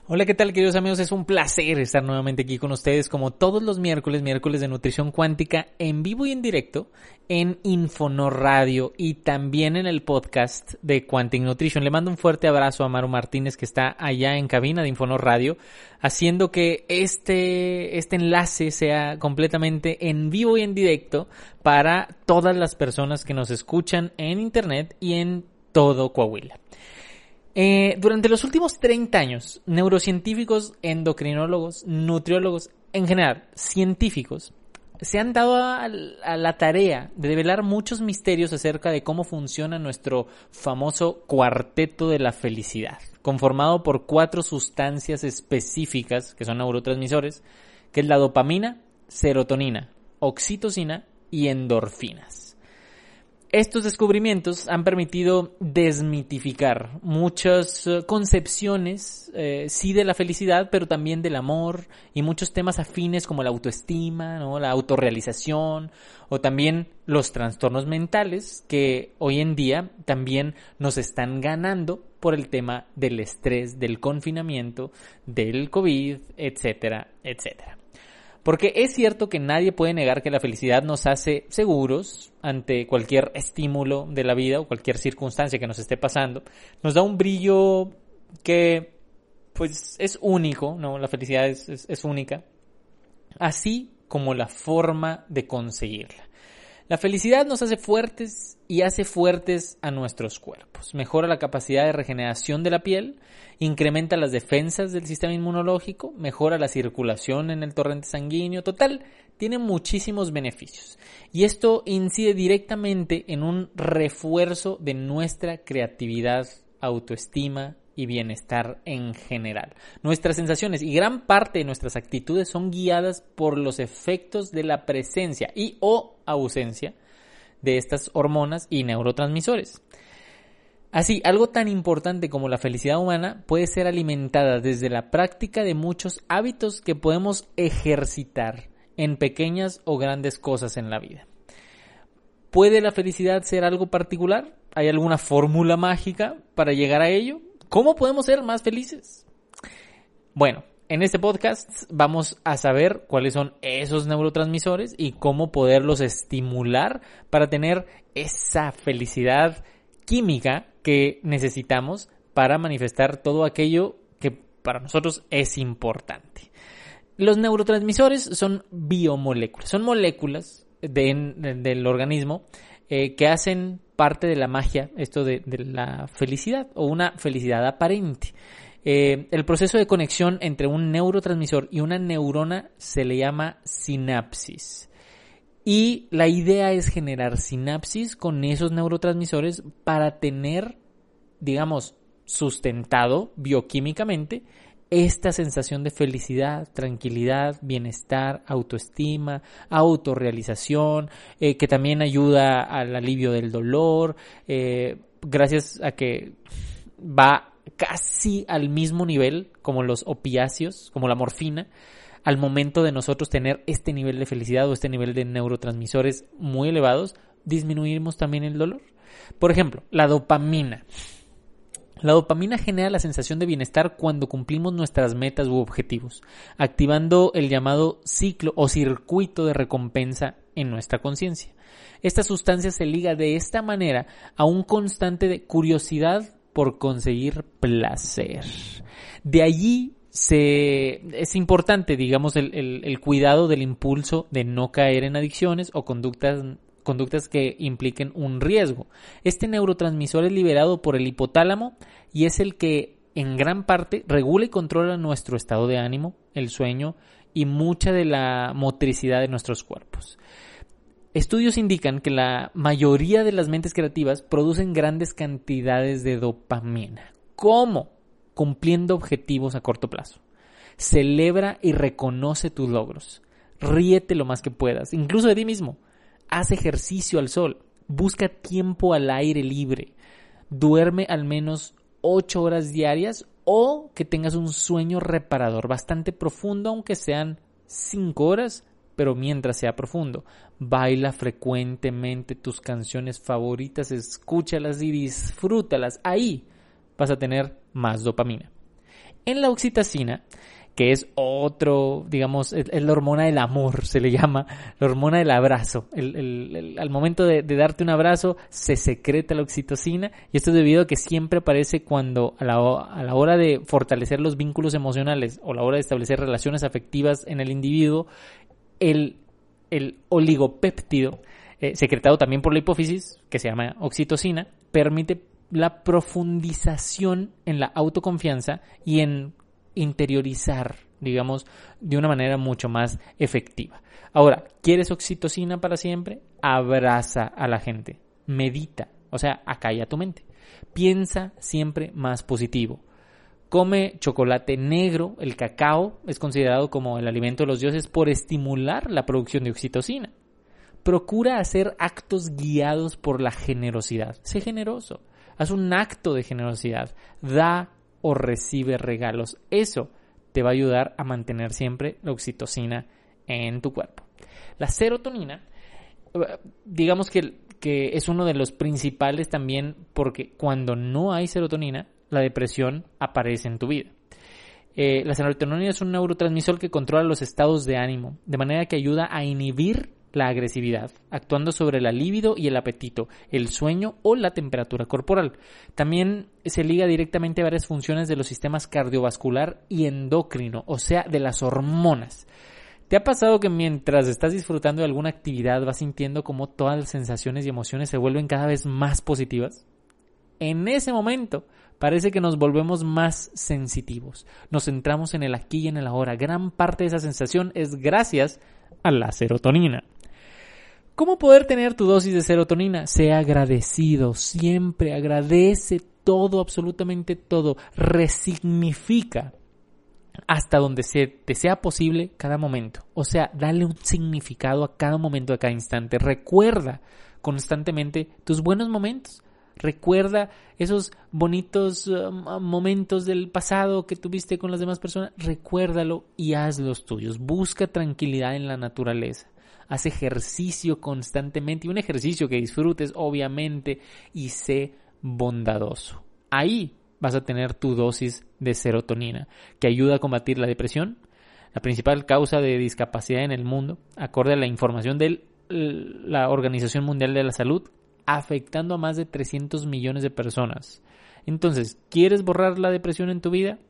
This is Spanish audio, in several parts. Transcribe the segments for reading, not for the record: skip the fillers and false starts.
Hola, ¿qué tal, queridos amigos? Es un placer estar nuevamente aquí con ustedes como todos los miércoles de nutrición cuántica en vivo y en directo en Infonor Radio y también en el podcast de Quantic Nutrition. Le mando un fuerte abrazo a Maru Martínez, que está allá en cabina de Infonor Radio, haciendo que este enlace sea completamente en vivo y en directo para todas las personas que nos escuchan en internet y en todo Coahuila. Durante los últimos 30 años, neurocientíficos, endocrinólogos, nutriólogos, en general, científicos, se han dado a la tarea de develar muchos misterios acerca de cómo funciona nuestro famoso cuarteto de la felicidad, conformado por 4 sustancias específicas que son neurotransmisores, que es la dopamina, serotonina, oxitocina y endorfinas. Estos descubrimientos han permitido desmitificar muchas concepciones, sí, de la felicidad, pero también del amor y muchos temas afines como la autoestima, ¿no? La autorrealización o también los trastornos mentales que hoy en día también nos están ganando por el tema del estrés, del confinamiento, del COVID, etcétera, etcétera. Porque es cierto que nadie puede negar que la felicidad nos hace seguros ante cualquier estímulo de la vida o cualquier circunstancia que nos esté pasando. Nos da un brillo que pues es único, ¿no? La felicidad es única, así como la forma de conseguirla. La felicidad nos hace fuertes y hace fuertes a nuestros cuerpos. Mejora la capacidad de regeneración de la piel, incrementa las defensas del sistema inmunológico, mejora la circulación en el torrente sanguíneo. Total, tiene muchísimos beneficios. Y esto incide directamente en un refuerzo de nuestra creatividad, autoestima y bienestar en general. Nuestras sensaciones y gran parte de nuestras actitudes son guiadas por los efectos de la presencia y o ausencia de estas hormonas y neurotransmisores. Así, algo tan importante como la felicidad humana puede ser alimentada desde la práctica de muchos hábitos que podemos ejercitar en pequeñas o grandes cosas en la vida. ¿Puede la felicidad ser algo particular? ¿Hay alguna fórmula mágica para llegar a ello? ¿Cómo podemos ser más felices? Bueno, en este podcast vamos a saber cuáles son esos neurotransmisores y cómo poderlos estimular para tener esa felicidad química que necesitamos para manifestar todo aquello que para nosotros es importante. Los neurotransmisores son biomoléculas, son moléculas del organismo que hacen parte de la magia, esto de la felicidad o una felicidad aparente. El proceso de conexión entre un neurotransmisor y una neurona se le llama sinapsis. Y la idea es generar sinapsis con esos neurotransmisores para tener, digamos, sustentado bioquímicamente esta sensación de felicidad, tranquilidad, bienestar, autoestima, autorrealización, que también ayuda al alivio del dolor, gracias a que va casi al mismo nivel como los opiáceos, como la morfina, al momento de nosotros tener este nivel de felicidad o este nivel de neurotransmisores muy elevados, disminuimos también el dolor. Por ejemplo, la dopamina. La dopamina genera la sensación de bienestar cuando cumplimos nuestras metas u objetivos, activando el llamado ciclo o circuito de recompensa en nuestra conciencia. Esta sustancia se liga de esta manera a un constante de curiosidad por conseguir placer. De allí es importante, digamos, el cuidado del impulso de no caer en adicciones o conductas que impliquen un riesgo. Este neurotransmisor es liberado por el hipotálamo y es el que en gran parte regula y controla nuestro estado de ánimo, el sueño y mucha de la motricidad de nuestros cuerpos. Estudios indican que la mayoría de las mentes creativas producen grandes cantidades de dopamina. ¿Cómo? Cumpliendo objetivos a corto plazo. Celebra y reconoce tus logros. Ríete lo más que puedas, incluso de ti mismo. Haz ejercicio al sol. Busca tiempo al aire libre. Duerme al menos 8 horas diarias o que tengas un sueño reparador bastante profundo, aunque sean 5 horas, pero mientras sea profundo. Baila frecuentemente tus canciones favoritas, escúchalas y disfrútalas. Ahí vas a tener más dopamina. En la oxitocina, que es otro, digamos, es la hormona del amor, se le llama, la hormona del abrazo. Al momento de darte un abrazo, se secreta la oxitocina, y esto es debido a que siempre aparece cuando a la hora de fortalecer los vínculos emocionales o a la hora de establecer relaciones afectivas en el individuo, el oligopéptido, secretado también por la hipófisis, que se llama oxitocina, permite la profundización en la autoconfianza y en interiorizar, digamos, de una manera mucho más efectiva. Ahora, ¿quieres oxitocina para siempre? Abraza a la gente, medita, o sea, acalla tu mente, piensa siempre más positivo. Come chocolate negro, el cacao es considerado como el alimento de los dioses por estimular la producción de oxitocina. Procura hacer actos guiados por la generosidad. Sé generoso. Haz un acto de generosidad. Da o recibe regalos. Eso te va a ayudar a mantener siempre la oxitocina en tu cuerpo. La serotonina, digamos que es uno de los principales también, porque cuando no hay serotonina, la depresión aparece en tu vida. La serotonina es un neurotransmisor que controla los estados de ánimo, de manera que ayuda a inhibir la agresividad, actuando sobre la libido y el apetito, el sueño o la temperatura corporal. También se liga directamente a varias funciones de los sistemas cardiovascular y endocrino, o sea, de las hormonas. ¿Te ha pasado que mientras estás disfrutando de alguna actividad vas sintiendo como todas las sensaciones y emociones se vuelven cada vez más positivas? En ese momento parece que nos volvemos más sensitivos. Nos centramos en el aquí y en el ahora. Gran parte de esa sensación es gracias a la serotonina. ¿Cómo poder tener tu dosis de serotonina? Sea agradecido, siempre agradece todo, absolutamente todo. Resignifica hasta donde te sea posible cada momento. O sea, dale un significado a cada momento, a cada instante. Recuerda constantemente tus buenos momentos. Recuerda esos bonitos momentos del pasado que tuviste con las demás personas. Recuérdalo y haz los tuyos. Busca tranquilidad en la naturaleza. Haz ejercicio constantemente, y un ejercicio que disfrutes, obviamente, y sé bondadoso. Ahí vas a tener tu dosis de serotonina, que ayuda a combatir la depresión, la principal causa de discapacidad en el mundo, acorde a la información de la Organización Mundial de la Salud, afectando a más de 300 millones de personas. Entonces, ¿quieres borrar la depresión en tu vida?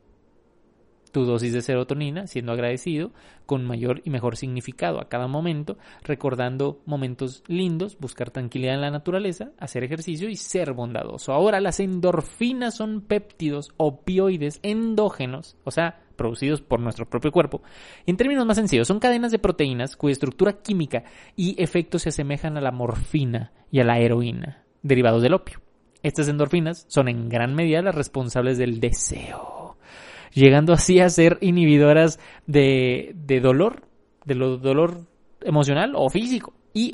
Tu dosis de serotonina, siendo agradecido, con mayor y mejor significado a cada momento, recordando momentos lindos, buscar tranquilidad en la naturaleza, hacer ejercicio y ser bondadoso. Ahora, las endorfinas son péptidos opioides endógenos, o sea, producidos por nuestro propio cuerpo. En términos más sencillos, son cadenas de proteínas cuya estructura química y efectos se asemejan a la morfina y a la heroína, derivados del opio. Estas endorfinas son en gran medida las responsables del deseo, llegando así a ser inhibidoras de dolor emocional o físico.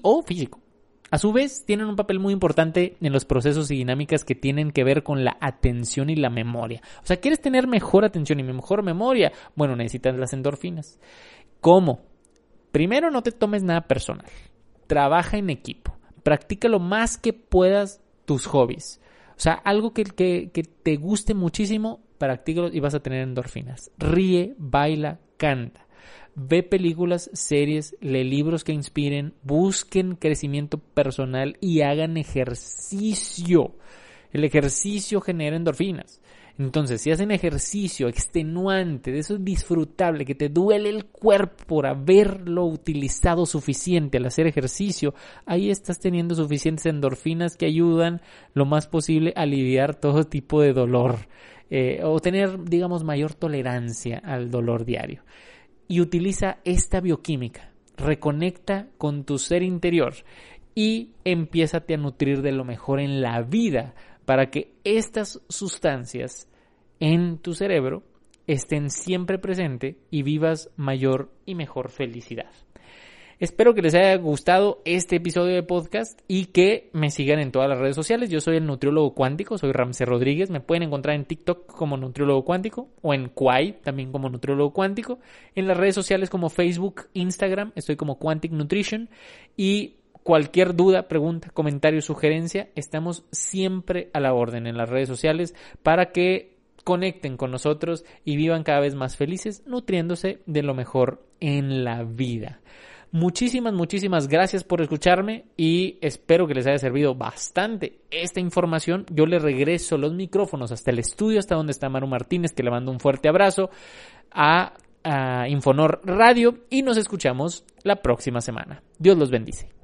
A su vez, tienen un papel muy importante en los procesos y dinámicas que tienen que ver con la atención y la memoria. O sea, ¿quieres tener mejor atención y mejor memoria? Bueno, necesitas las endorfinas. ¿Cómo? Primero, no te tomes nada personal. Trabaja en equipo. Practica lo más que puedas tus hobbies. O sea, algo que te guste muchísimo, practícalo y vas a tener endorfinas. Ríe, baila, canta. Ve películas, series, lee libros que inspiren, busquen crecimiento personal y hagan ejercicio. El ejercicio genera endorfinas. Entonces, si hacen ejercicio extenuante, de eso disfrutable, que te duele el cuerpo por haberlo utilizado suficiente al hacer ejercicio, ahí estás teniendo suficientes endorfinas que ayudan lo más posible a aliviar todo tipo de dolor o tener, digamos, mayor tolerancia al dolor diario. Y utiliza esta bioquímica, reconecta con tu ser interior y empiézate a nutrir de lo mejor en la vida para que estas sustancias en tu cerebro estén siempre presentes y vivas mayor y mejor felicidad. Espero que les haya gustado este episodio de podcast y que me sigan en todas las redes sociales. Yo soy el nutriólogo cuántico, soy Ramsés Rodríguez. Me pueden encontrar en TikTok como nutriólogo cuántico o en Kwai también como nutriólogo cuántico. En las redes sociales como Facebook, Instagram, estoy como Quantic Nutrition. Y cualquier duda, pregunta, comentario, sugerencia, estamos siempre a la orden en las redes sociales para que conecten con nosotros y vivan cada vez más felices, nutriéndose de lo mejor en la vida. Muchísimas gracias por escucharme y espero que les haya servido bastante esta información. Yo le regreso los micrófonos hasta el estudio, hasta donde está Maru Martínez, que le mando un fuerte abrazo a Infonor Radio y nos escuchamos la próxima semana. Dios los bendice.